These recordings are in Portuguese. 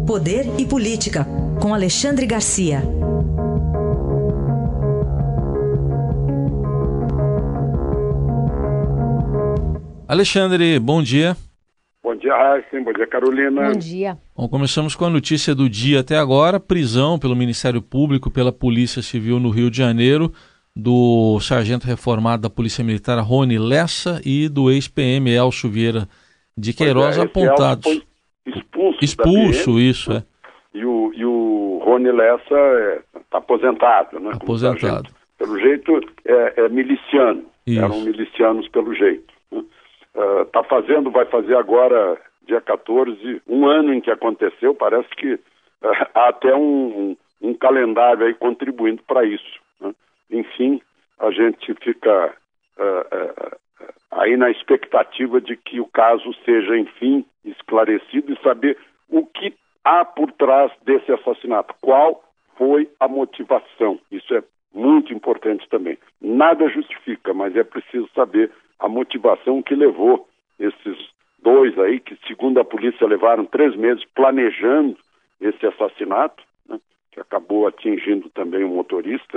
Poder e Política, com Alexandre Garcia. Alexandre, bom dia. Bom dia, Raíssa. Bom dia, Carolina. Bom dia. Bom, começamos com a notícia do dia até agora, prisão pelo Ministério Público, pela Polícia Civil no Rio de Janeiro, do sargento reformado da Polícia Militar Rony Lessa e do ex-PM Elcio Vieira de Queiroz, apontados. Foi expulso, isso, é. E o Rony Lessa está aposentado, né? Aposentado. Pelo jeito, é miliciano. Isso. Eram milicianos pelo jeito. Vai fazer agora, dia 14, um ano em que aconteceu. Parece que há até um calendário aí contribuindo para isso, né? Enfim, a gente fica aí na expectativa de que o caso seja, enfim, esclarecido e saber o que há por trás desse assassinato. Qual foi a motivação? Isso é muito importante também. Nada justifica, mas é preciso saber a motivação que levou esses dois aí, que segundo a polícia levaram 3 meses planejando esse assassinato, né, que acabou atingindo também o motorista.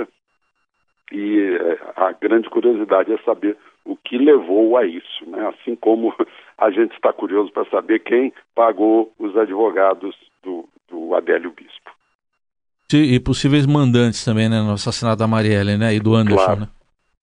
E a grande curiosidade é saber o que levou a isso, né? Assim como a gente está curioso para saber quem pagou os advogados do Adélio Bispo. E possíveis mandantes também, né, no assassinato da Marielle, né, e do Anderson, claro. Né?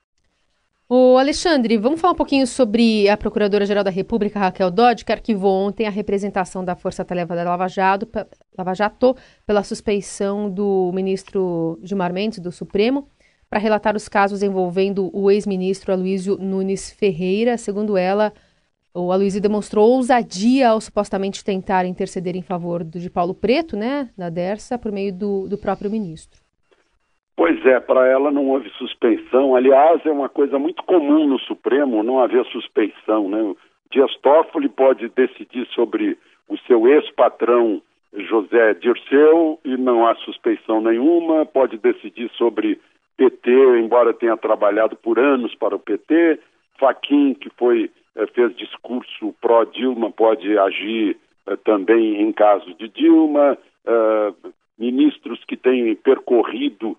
Ô Alexandre, vamos falar um pouquinho sobre a Procuradora-Geral da República, Raquel Dodge, que arquivou ontem a representação da Força-Tarefa da Lava Jato pela suspeição do ministro Gilmar Mendes, do Supremo, para relatar os casos envolvendo o ex-ministro Aloysio Nunes Ferreira. Segundo ela, o Aloysio demonstrou ousadia ao supostamente tentar interceder em favor de Paulo Preto, né, da Dersa, por meio do próprio ministro. Pois é, para ela não houve suspeição. Aliás, é uma coisa muito comum no Supremo não haver suspeição, né? O Dias Toffoli pode decidir sobre o seu ex-patrão José Dirceu e não há suspeição nenhuma, pode decidir sobre PT, embora tenha trabalhado por anos para o PT. Fachin, que fez discurso pró-Dilma, pode agir também em caso de Dilma. Ministros que têm percorrido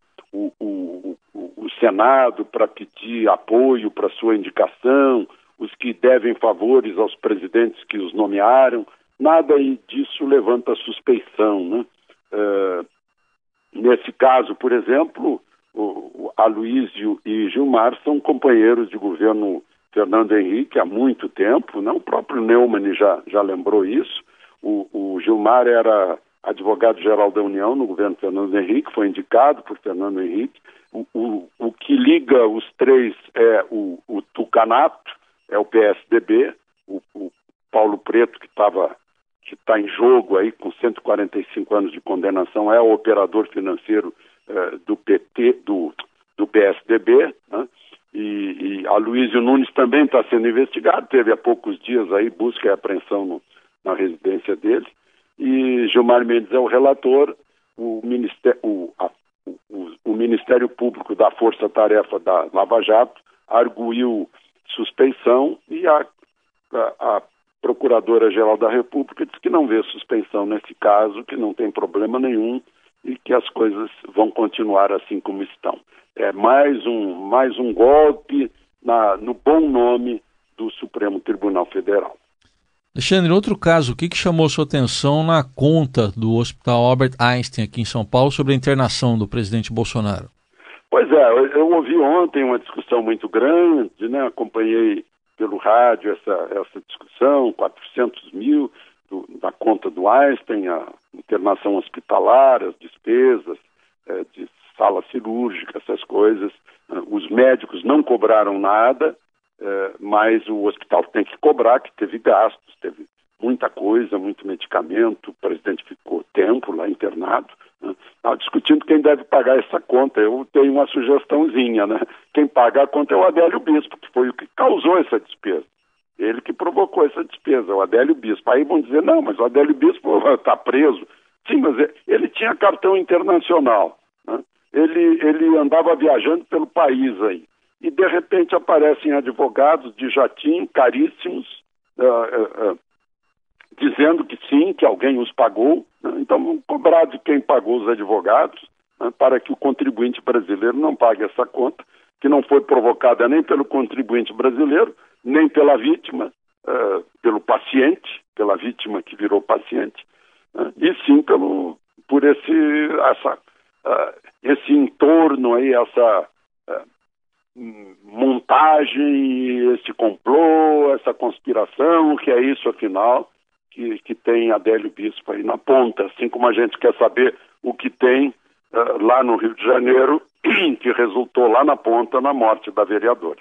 o Senado para pedir apoio para sua indicação, os que devem favores aos presidentes que os nomearam, nada disso levanta suspeição, né? Nesse caso, por exemplo, Aloysio e Gilmar são companheiros de governo Fernando Henrique há muito tempo, né? O próprio Neumann já lembrou isso. O Gilmar era advogado-geral da União no governo Fernando Henrique, foi indicado por Fernando Henrique. O que liga os três é o tucanato, é o PSDB, o Paulo Preto, que está em jogo aí com 145 anos de condenação, é o operador financeiro do PT, do PSDB, né? E Aloysio Nunes também está sendo investigado, teve há poucos dias aí busca e apreensão na residência dele. E Gilmar Mendes é o relator. O Ministério Público da Força Tarefa da Lava Jato arguiu suspeição e a Procuradora-Geral da República disse que não vê suspeição nesse caso, que não tem problema nenhum e que as coisas vão continuar assim como estão. É mais um golpe no bom nome do Supremo Tribunal Federal. Alexandre, outro caso, o que chamou sua atenção na conta do Hospital Albert Einstein aqui em São Paulo sobre a internação do presidente Bolsonaro? Pois é, eu ouvi ontem uma discussão muito grande, né? Acompanhei pelo rádio essa discussão, 400 mil da conta do Einstein, a internação hospitalar, as despesas de sala cirúrgica, essas coisas. Os médicos não cobraram nada, mas o hospital tem que cobrar, que teve gastos, teve muita coisa, muito medicamento, o presidente ficou tempo lá internado, né? Discutindo quem deve pagar essa conta. Eu tenho uma sugestãozinha, né? Quem paga a conta é o Adélio Bispo, que foi o que causou essa despesa. Ele que provocou essa despesa, o Adélio Bispo. Aí vão dizer, não, mas o Adélio Bispo está preso. Sim, mas ele tinha cartão internacional, né? Ele andava viajando pelo país aí. E, de repente, aparecem advogados de jatinho, caríssimos, dizendo que sim, que alguém os pagou, né? Então, vamos cobrar de quem pagou os advogados, né, para que o contribuinte brasileiro não pague essa conta, que não foi provocada nem pelo contribuinte brasileiro, nem pela vítima, pelo paciente, pela vítima que virou paciente, né, e sim por esse entorno aí, essa montagem, esse complô, essa conspiração, que é isso, afinal, que tem Adélio Bispo aí na ponta, assim como a gente quer saber o que tem lá no Rio de Janeiro, que resultou lá na ponta na morte da vereadora.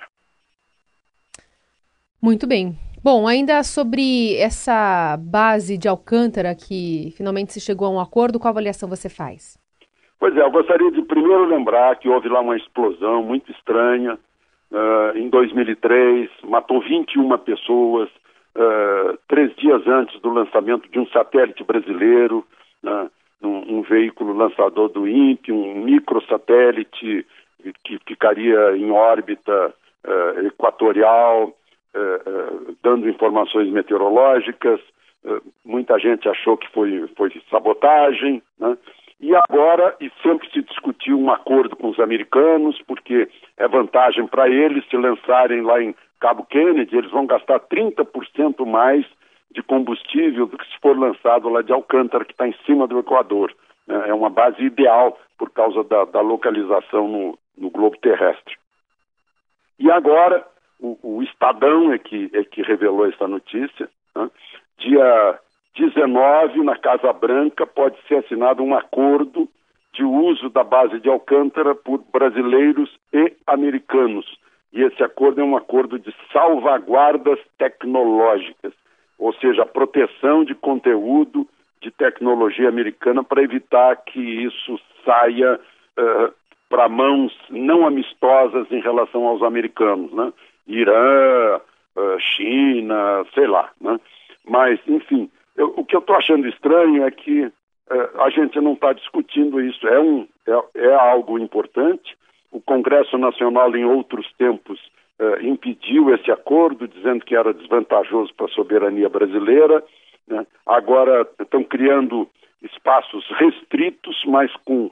Muito bem. Bom, ainda sobre essa base de Alcântara que finalmente se chegou a um acordo, qual avaliação você faz? Pois é, eu gostaria de primeiro lembrar que houve lá uma explosão muito estranha em 2003, matou 21 pessoas, 3 dias antes do lançamento de um satélite brasileiro, um veículo lançador do INPE, um microsatélite que ficaria em órbita equatorial, dando informações meteorológicas. Muita gente achou que foi sabotagem, né? E agora, e sempre se discutiu um acordo com os americanos, porque é vantagem para eles se lançarem lá em Cabo Kennedy, eles vão gastar 30% mais de combustível do que se for lançado lá de Alcântara, que está em cima do Equador. É uma base ideal por causa da localização no globo terrestre. E agora, o Estadão é que revelou essa notícia, né? Dia 19, na Casa Branca, pode ser assinado um acordo de uso da base de Alcântara por brasileiros e americanos. E esse acordo é um acordo de salvaguardas tecnológicas, ou seja, a proteção de conteúdo de tecnologia americana para evitar que isso saia para mãos não amistosas em relação aos americanos, né? Irã, China, sei lá, né? Mas, enfim, o que eu estou achando estranho é que a gente não está discutindo isso. É algo importante. O Congresso Nacional, em outros tempos, impediu esse acordo, dizendo que era desvantajoso para a soberania brasileira, né? Agora estão criando espaços restritos, mas com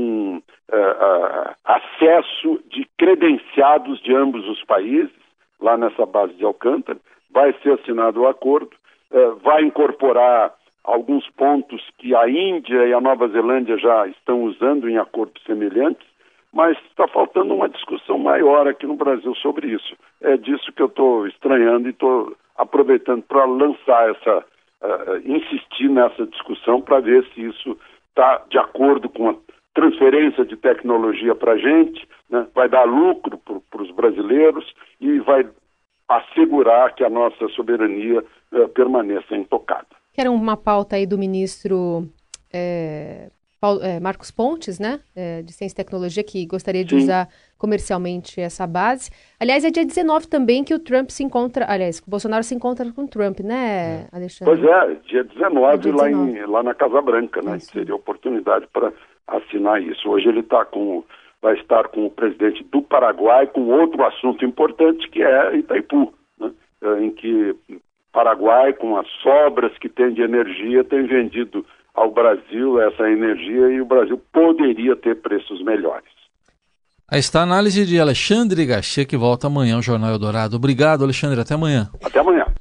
acesso de credenciados de ambos os países, lá nessa base de Alcântara. Vai ser assinado o acordo. Vai incorporar alguns pontos que a Índia e a Nova Zelândia já estão usando em acordos semelhantes, mas está faltando uma discussão maior aqui no Brasil sobre isso. É disso que eu estou estranhando e estou aproveitando para lançar insistir nessa discussão para ver se isso está de acordo com a transferência de tecnologia para a gente, né? Vai dar lucro para os brasileiros e vai assegurar que a nossa soberania permaneça intocada. Que era uma pauta aí do ministro Marcos Pontes, né, de Ciência e Tecnologia, que gostaria de usar comercialmente essa base. Aliás, é dia 19 também que o Trump se encontra, aliás, o Bolsonaro se encontra com o Trump, né, Alexandre? Pois é, dia 19, lá na Casa Branca, né, seria oportunidade para assinar isso. Hoje ele vai estar com o presidente do Paraguai com outro assunto importante, que é Itaipu, né, em que Paraguai, com as sobras que tem de energia, tem vendido ao Brasil essa energia e o Brasil poderia ter preços melhores. Aí está a análise de Alexandre Garcia, que volta amanhã ao Jornal Eldorado. Obrigado, Alexandre. Até amanhã. Até amanhã.